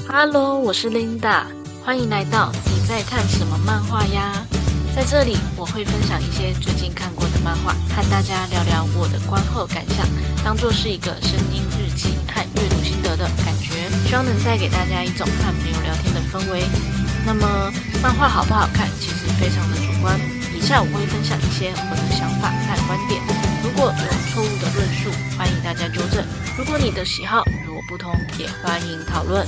Hello，我是 Linda，欢迎来到你在看什么漫画呀？在这里我会分享一些最近看过的漫画，和大家聊聊我的观后感想，当作是一个声音日记和阅读心得的感觉，希望能带给大家一种和朋友聊天的氛围。那么漫画好不好看，其实非常的主观，以下我会分享一些我的想法和观点，如果有错误的论述，欢迎大家纠正。如果你的喜好与我不同，也欢迎讨论。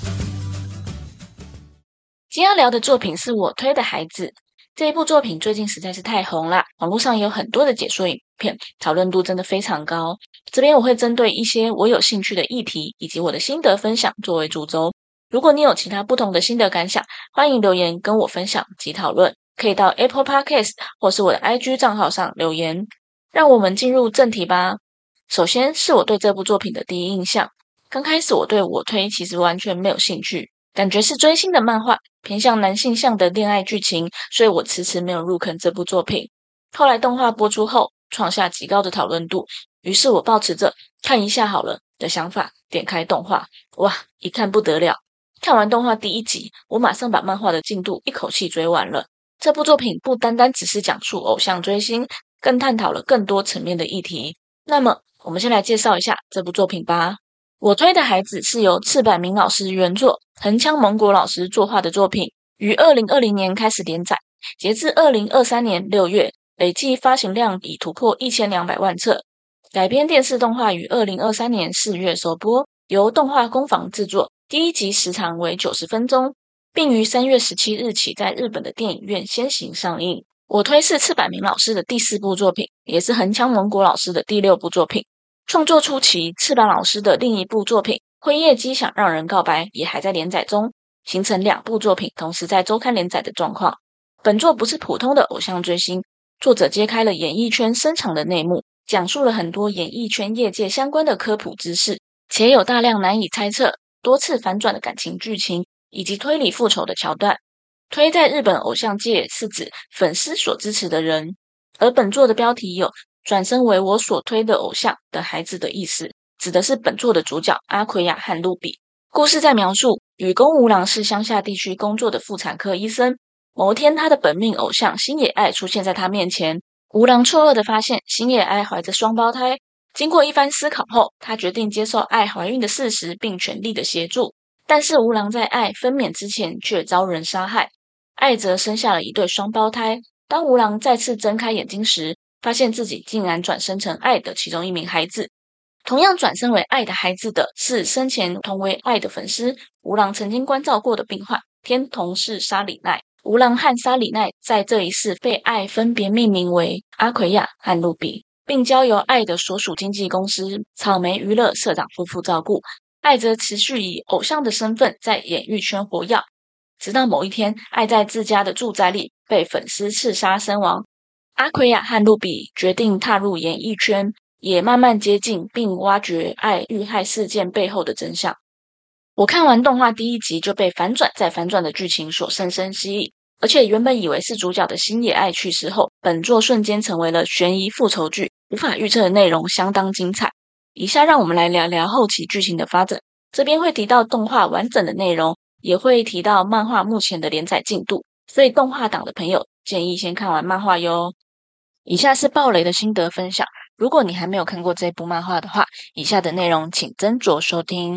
今天要聊的作品是我推的孩子。这一部作品最近实在是太红了，网络上也有很多的解说影片，讨论度真的非常高。这边我会针对一些我有兴趣的议题以及我的心得分享作为主轴。如果你有其他不同的心得感想，欢迎留言跟我分享及讨论，可以到 Apple Podcast 或是我的 IG 账号上留言。让我们进入正题吧。首先是我对这部作品的第一印象。刚开始我对我推其实完全没有兴趣，感觉是追星的漫画，偏向男性向的恋爱剧情，所以我迟迟没有入坑这部作品。后来动画播出后，创下极高的讨论度，于是我抱持着看一下好了的想法，点开动画。哇，一看不得了！看完动画第一集，我马上把漫画的进度一口气追完了。这部作品不单单只是讲述偶像追星，更探讨了更多层面的议题。那么，我们先来介绍一下这部作品吧。我推的孩子是由赤坂明老师原作，横枪蒙国老师作画的作品，于2020年开始连载，截至2023年6月，累计发行量已突破1200万册。改编电视动画于2023年4月首播，由动画工坊制作，第一集时长为90分钟，并于3月17日起在日本的电影院先行上映。我推是赤坂明老师的第4部作品，也是横枪蒙国老师的第6部作品。创作初期，赤坂老师的另一部作品《辉夜姬想让人告白》也还在连载中，形成2部作品同时在周刊连载的状况。本作不是普通的偶像追星，作者揭开了演艺圈深藏的内幕，讲述了很多演艺圈业界相关的科普知识，且有大量难以猜测、多次反转的感情剧情，以及推理复仇的桥段。推在日本偶像界是指粉丝所支持的人，而本作的标题有转身为我所推的偶像的孩子的意思，指的是本作的主角阿奎亚和露比。故事在描述雨宫吾郎是乡下地区工作的妇产科医生，某天他的本命偶像星野爱出现在他面前，吾郎错愕地发现星野爱怀着双胞胎。经过一番思考后，他决定接受爱怀孕的事实并全力的协助，但是吾郎在爱分娩之前却遭人杀害，爱则生下了一对双胞胎。当吾郎再次睁开眼睛时，发现自己竟然转生成爱的其中一名孩子。同样转生为爱的孩子的是生前同为爱的粉丝，吾郎曾经关照过的病患天童氏沙里奈。吾郎和沙里奈在这一世被爱分别命名为阿奎亚和露比，并交由爱的所属经纪公司草莓娱乐社长夫妇照顾。爱则持续以偶像的身份在演艺圈活跃，直到某一天，爱在自家的住宅里被粉丝刺杀身亡。阿奎亚和露比决定踏入演艺圈，也慢慢接近并挖掘爱遇害事件背后的真相。我看完动画第一集就被反转再反转的剧情所深深吸引，而且原本以为是主角的星野爱去世后，本作瞬间成为了悬疑复仇剧，无法预测的内容相当精彩。以下让我们来聊聊后期剧情的发展，这边会提到动画完整的内容，也会提到漫画目前的连载进度，所以动画党的朋友建议先看完漫画哟。以下是爆雷的心得分享，如果你还没有看过这部漫画的话，以下的内容请斟酌收听。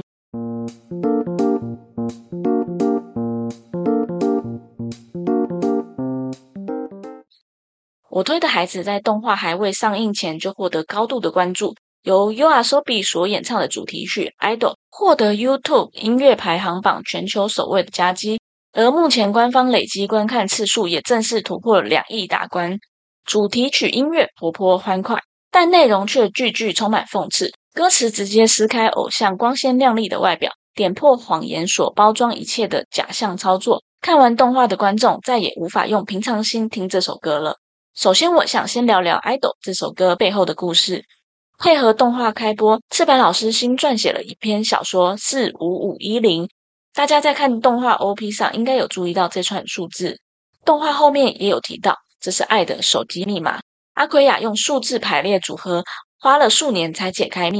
我推的孩子在动画还未上映前就获得高度的关注，由 YOASOBI 所演唱的主题曲 Idol 获得 YouTube 音乐排行榜全球首位的佳绩，而目前官方累积观看次数也正式突破了2亿大关。主题曲音乐活泼欢快，但内容却句句充满讽刺，歌词直接撕开偶像光鲜亮丽的外表，点破谎言所包装一切的假象操作。看完动画的观众再也无法用平常心听这首歌了。首先我想先聊聊《idol》这首歌背后的故事。配合动画开播，赤坂老师新撰写了一篇小说45510，大家在看动画 OP 上应该有注意到这串数字，动画后面也有提到这是爱的手机密码。阿奎亚用数字排列组合，花了数年才解开密码，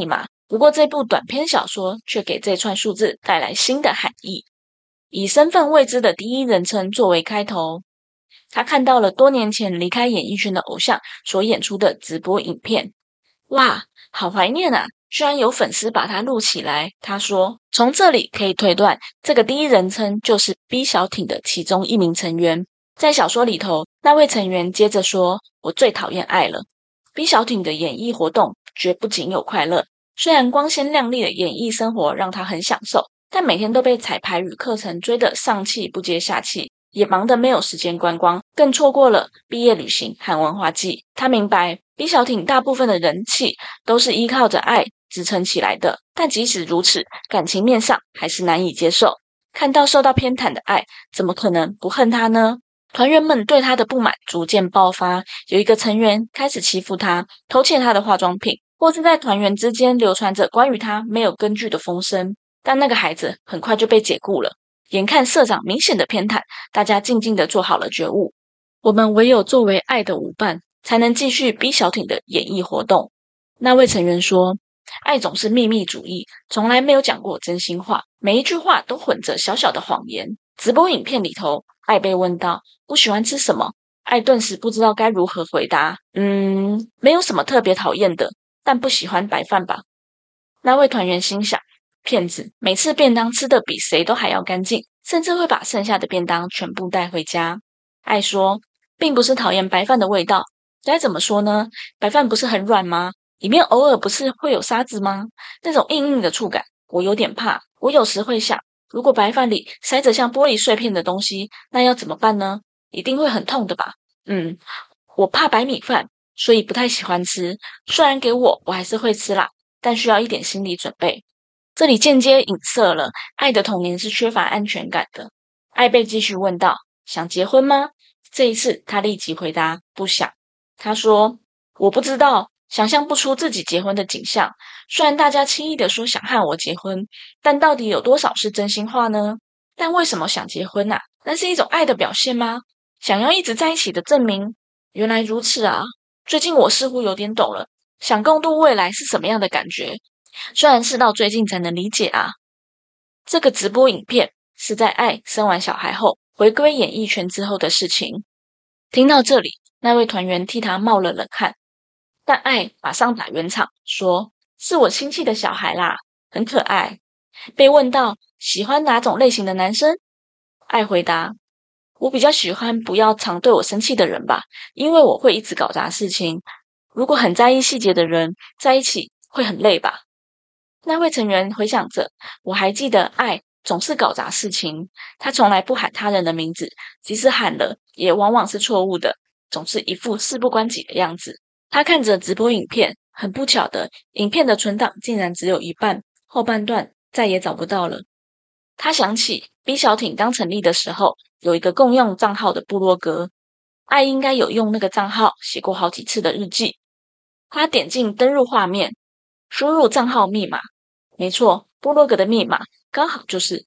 不过这部短篇小说却给这串数字带来新的含义，以身份未知的第一人称作为开头。他看到了多年前离开演艺圈的偶像所演出的直播影片。哇，好怀念啊！居然有粉丝把它录起来。他说，从这里可以推断，这个第一人称就是 B 小艇的其中一名成员。在小说里头，那位成员接着说，我最讨厌爱了。B 小艇的演艺活动绝不仅有快乐，虽然光鲜亮丽的演艺生活让他很享受，但每天都被彩排与课程追得上气不接下气，也忙得没有时间观光，更错过了毕业旅行和文化季。他明白 B 小艇大部分的人气都是依靠着爱支撑起来的，但即使如此，感情面上还是难以接受。看到受到偏袒的爱，怎么可能不恨他呢？团员们对他的不满逐渐爆发，有一个成员开始欺负他，偷窃他的化妆品，或是在团员之间流传着关于他没有根据的风声。但那个孩子很快就被解雇了。眼看社长明显的偏袒，大家静静地做好了觉悟。我们唯有作为爱的舞伴，才能继续 B 小艇的演艺活动。那位成员说，爱总是秘密主义，从来没有讲过真心话，每一句话都混着小小的谎言。直播影片里头，爱被问到不喜欢吃什么，爱顿时不知道该如何回答。没有什么特别讨厌的，但不喜欢白饭吧。那位团员心想，骗子，每次便当吃得比谁都还要干净，甚至会把剩下的便当全部带回家。爱说，并不是讨厌白饭的味道，该怎么说呢？白饭不是很软吗？里面偶尔不是会有沙子吗？那种硬硬的触感，我有点怕。我有时会想，如果白饭里塞着像玻璃碎片的东西，那要怎么办呢？一定会很痛的吧？我怕白米饭，所以不太喜欢吃。虽然给我还是会吃啦，但需要一点心理准备。这里间接影射了爱的童年是缺乏安全感的。爱被继续问到，想结婚吗？这一次他立即回答，不想。他说，我不知道，想象不出自己结婚的景象。虽然大家轻易地说想和我结婚，但到底有多少是真心话呢？但为什么想结婚啊？那是一种爱的表现吗？想要一直在一起的证明？原来如此啊！最近我似乎有点懂了，想共度未来是什么样的感觉。虽然是到最近才能理解啊。这个直播影片是在爱生完小孩后回归演艺圈之后的事情。听到这里，那位团员替他冒了冷汗，但爱马上打圆场，说是我亲戚的小孩啦，很可爱。被问到喜欢哪种类型的男生，爱回答，我比较喜欢不要常对我生气的人吧，因为我会一直搞砸事情。如果很在意细节的人在一起会很累吧。那位成员回想着，我还记得爱总是搞砸事情，他从来不喊他人的名字，即使喊了，也往往是错误的，总是一副事不关己的样子。他看着直播影片，很不巧的，影片的存档竟然只有一半，后半段再也找不到了。他想起 B 小艇刚成立的时候，有一个共用账号的部落格，爱应该有用那个账号写过好几次的日记。他点进登入画面，输入账号密码，没错，部落格的密码刚好就是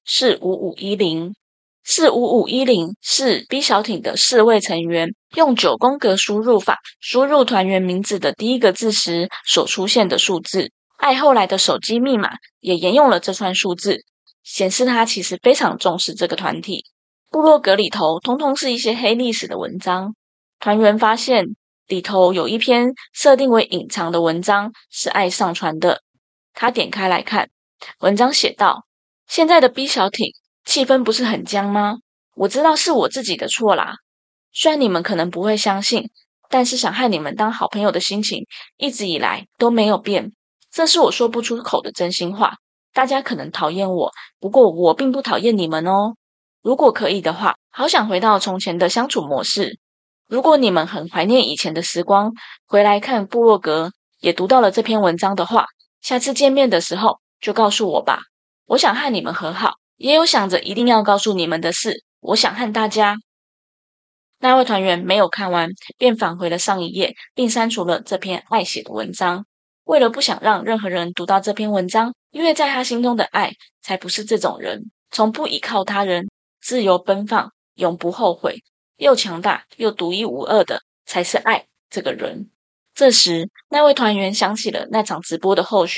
45510。45510是 B 小艇的4位成员用9宫格输入法输入团员名字的第一个字时所出现的数字。爱后来的手机密码也沿用了这串数字，显示他其实非常重视这个团体。部落格里头通通是一些黑历史的文章，团员发现里头有一篇设定为隐藏的文章是爱上传的。他点开来看，文章写道，现在的 B 小艇气氛不是很僵吗？我知道是我自己的错啦，虽然你们可能不会相信，但是想和你们当好朋友的心情一直以来都没有变，这是我说不出口的真心话。大家可能讨厌我，不过我并不讨厌你们哦。如果可以的话，好想回到从前的相处模式。如果你们很怀念以前的时光，回来看部落格，也读到了这篇文章的话，下次见面的时候就告诉我吧。我想和你们和好，也有想着一定要告诉你们的事，我想和大家。那位团员没有看完，便返回了上一页，并删除了这篇爱写的文章。为了不想让任何人读到这篇文章，因为在他心中的爱才不是这种人，从不依靠他人，自由奔放，永不后悔，又强大又独一无二的才是爱这个人。这时，那位团员想起了那场直播的后续，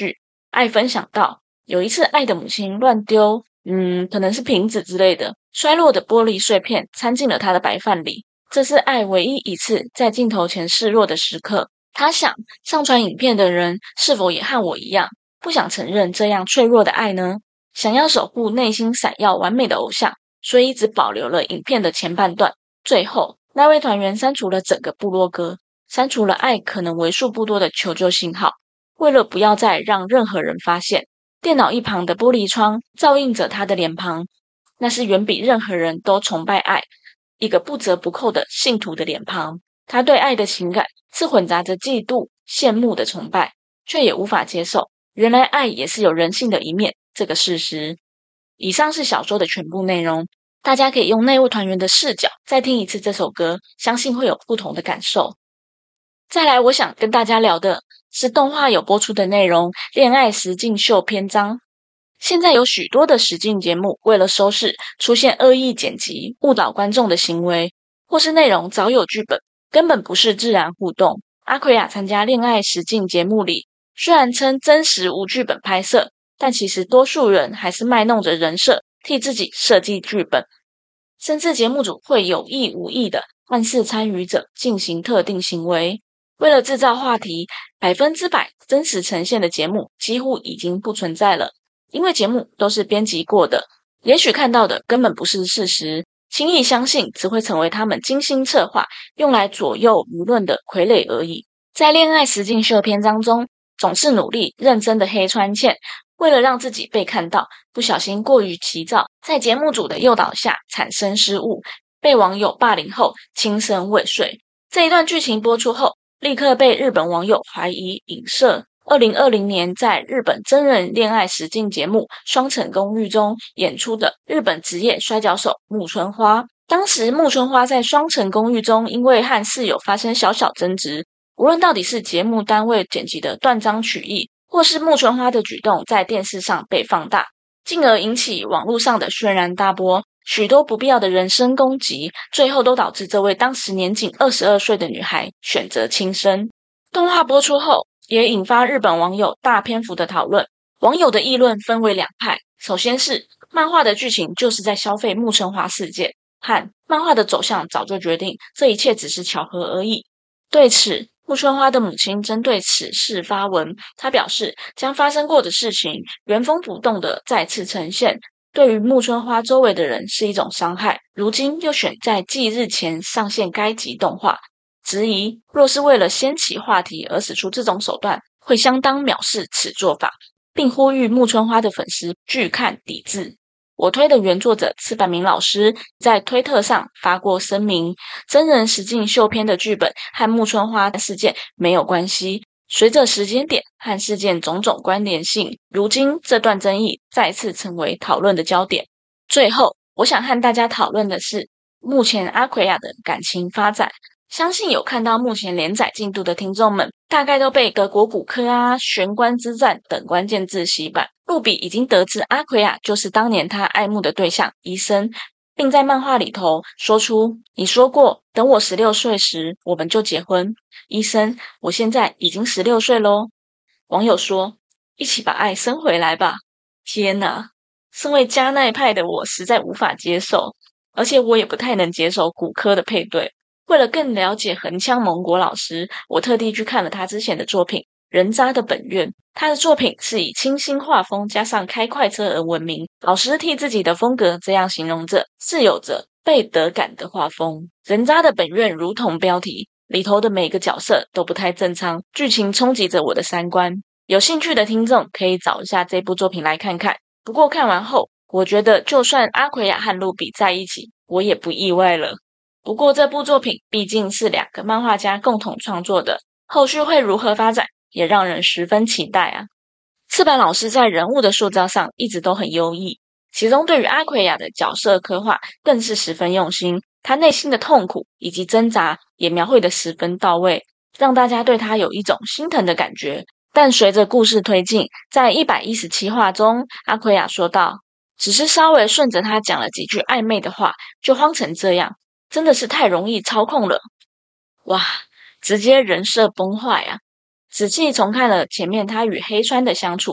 爱分享到，有一次爱的母亲乱丢，可能是瓶子之类的，摔落的玻璃碎片掺进了他的白饭里。这是爱唯一一次在镜头前示弱的时刻。他想，上传影片的人是否也和我一样，不想承认这样脆弱的爱呢？想要守护内心闪耀完美的偶像，所以只保留了影片的前半段。最后，那位团员删除了整个部落格，删除了爱可能为数不多的求救信号。为了不要再让任何人发现，电脑一旁的玻璃窗照映着他的脸庞，那是远比任何人都崇拜爱，一个不折不扣的信徒的脸庞。他对爱的情感是混杂着嫉妒、羡慕的崇拜，却也无法接受原来爱也是有人性的一面这个事实。以上是小说的全部内容，大家可以用内务团员的视角再听一次这首歌，相信会有不同的感受。再来，我想跟大家聊的是动画有播出的内容，恋爱实境秀篇章。现在有许多的实境节目为了收视，出现恶意剪辑、误导观众的行为，或是内容早有剧本，根本不是自然互动。阿奎亚参加恋爱实境节目里，虽然称真实无剧本拍摄，但其实多数人还是卖弄着人设，替自己设计剧本，甚至节目组会有意无意的暗示参与者进行特定行为。为了制造话题，100%真实呈现的节目几乎已经不存在了，因为节目都是编辑过的，也许看到的根本不是事实，轻易相信只会成为他们精心策划用来左右舆论的傀儡而已。在恋爱实境秀篇章中，总是努力认真的黑川茜，为了让自己被看到，不小心过于急躁，在节目组的诱导下产生失误，被网友霸凌后轻生未遂。这一段剧情播出后，立刻被日本网友怀疑影射2020年在日本真人恋爱实境节目《双层公寓》中演出的日本职业摔跤手木村花。当时木村花在《双层公寓》中因为和室友发生小小争执，无论到底是节目单位剪辑的断章取义，或是木村花的举动在电视上被放大，进而引起网络上的轩然大波，许多不必要的人身攻击，最后都导致这位当时年仅22岁的女孩选择轻生。动画播出后，也引发日本网友大篇幅的讨论。网友的议论分为两派，首先是漫画的剧情就是在消费木村花事件，和漫画的走向早就决定，这一切只是巧合而已。对此，木村花的母亲针对此事发文，她表示将发生过的事情原封不动地再次呈现，对于木村花周围的人是一种伤害，如今又选在忌日前上线该集动画，质疑若是为了掀起话题而使出这种手段，会相当藐视此做法，并呼吁木村花的粉丝拒看抵制。我推的原作者赤坂明老师在推特上发过声明，真人实境秀篇的剧本和木村花事件没有关系，随着时间点和事件种种关联性，如今这段争议再次成为讨论的焦点。最后，我想和大家讨论的是目前阿奎亚的感情发展。相信有看到目前连载进度的听众们，大概都被德国骨科玄关之战等关键字洗版。露比已经得知阿奎亚就是当年他爱慕的对象医生，并在漫画里头说出：“你说过，等我16岁时我们就结婚。医生，我现在已经16岁咯。”网友说：“一起把爱生回来吧。”天哪！身为加奈派的我实在无法接受，而且我也不太能接受骨科的配对。为了更了解横枪蒙国老师，我特地去看了他之前的作品《人渣的本愿》。他的作品是以清新画风加上开快车而闻名。老师替自己的风格这样形容着：是有着背德感的画风。人渣的本愿如同标题，里头的每个角色都不太正常，剧情冲击着我的三观。有兴趣的听众可以找一下这部作品来看看。不过看完后，我觉得就算阿奎亚和露比在一起，我也不意外了。不过这部作品毕竟是两个漫画家共同创作的，后续会如何发展也让人十分期待啊。赤坂老师在人物的塑造上一直都很优异，其中对于阿奎亚的角色刻画更是十分用心，他内心的痛苦以及挣扎也描绘得十分到位，让大家对他有一种心疼的感觉。但随着故事推进，在117话中，阿奎亚说道：“只是稍微顺着他讲了几句暧昧的话，就慌成这样。真的是太容易操控了。”哇，直接人设崩坏啊！仔细重看了前面他与黑川的相处，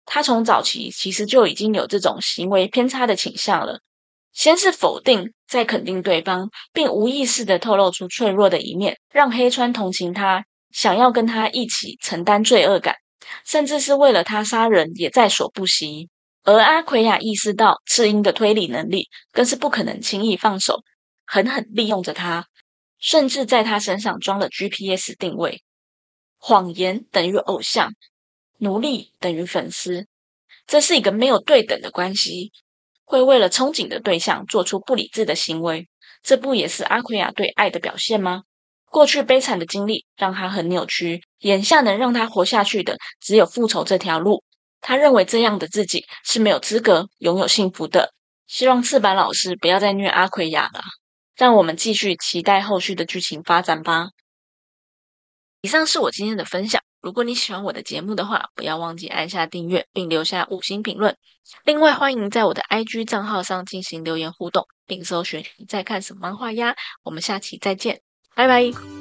他从早期其实就已经有这种行为偏差的倾向了。先是否定，再肯定对方，并无意识地透露出脆弱的一面，让黑川同情他，想要跟他一起承担罪恶感，甚至是为了他杀人也在所不惜。而阿奎亚意识到赤英的推理能力，更是不可能轻易放手，狠狠利用着他，甚至在他身上装了 GPS 定位。谎言等于偶像，奴隶等于粉丝，这是一个没有对等的关系，会为了憧憬的对象做出不理智的行为，这不也是阿奎亚对爱的表现吗？过去悲惨的经历让他很扭曲，眼下能让他活下去的只有复仇这条路。他认为这样的自己是没有资格拥有幸福的。希望赤坂老师不要再虐阿奎亚了，让我们继续期待后续的剧情发展吧。以上是我今天的分享，如果你喜欢我的节目的话，不要忘记按下订阅并留下5星评论。另外欢迎在我的 IG 账号上进行留言互动，并搜寻你在看什么漫画呀。我们下期再见，拜拜。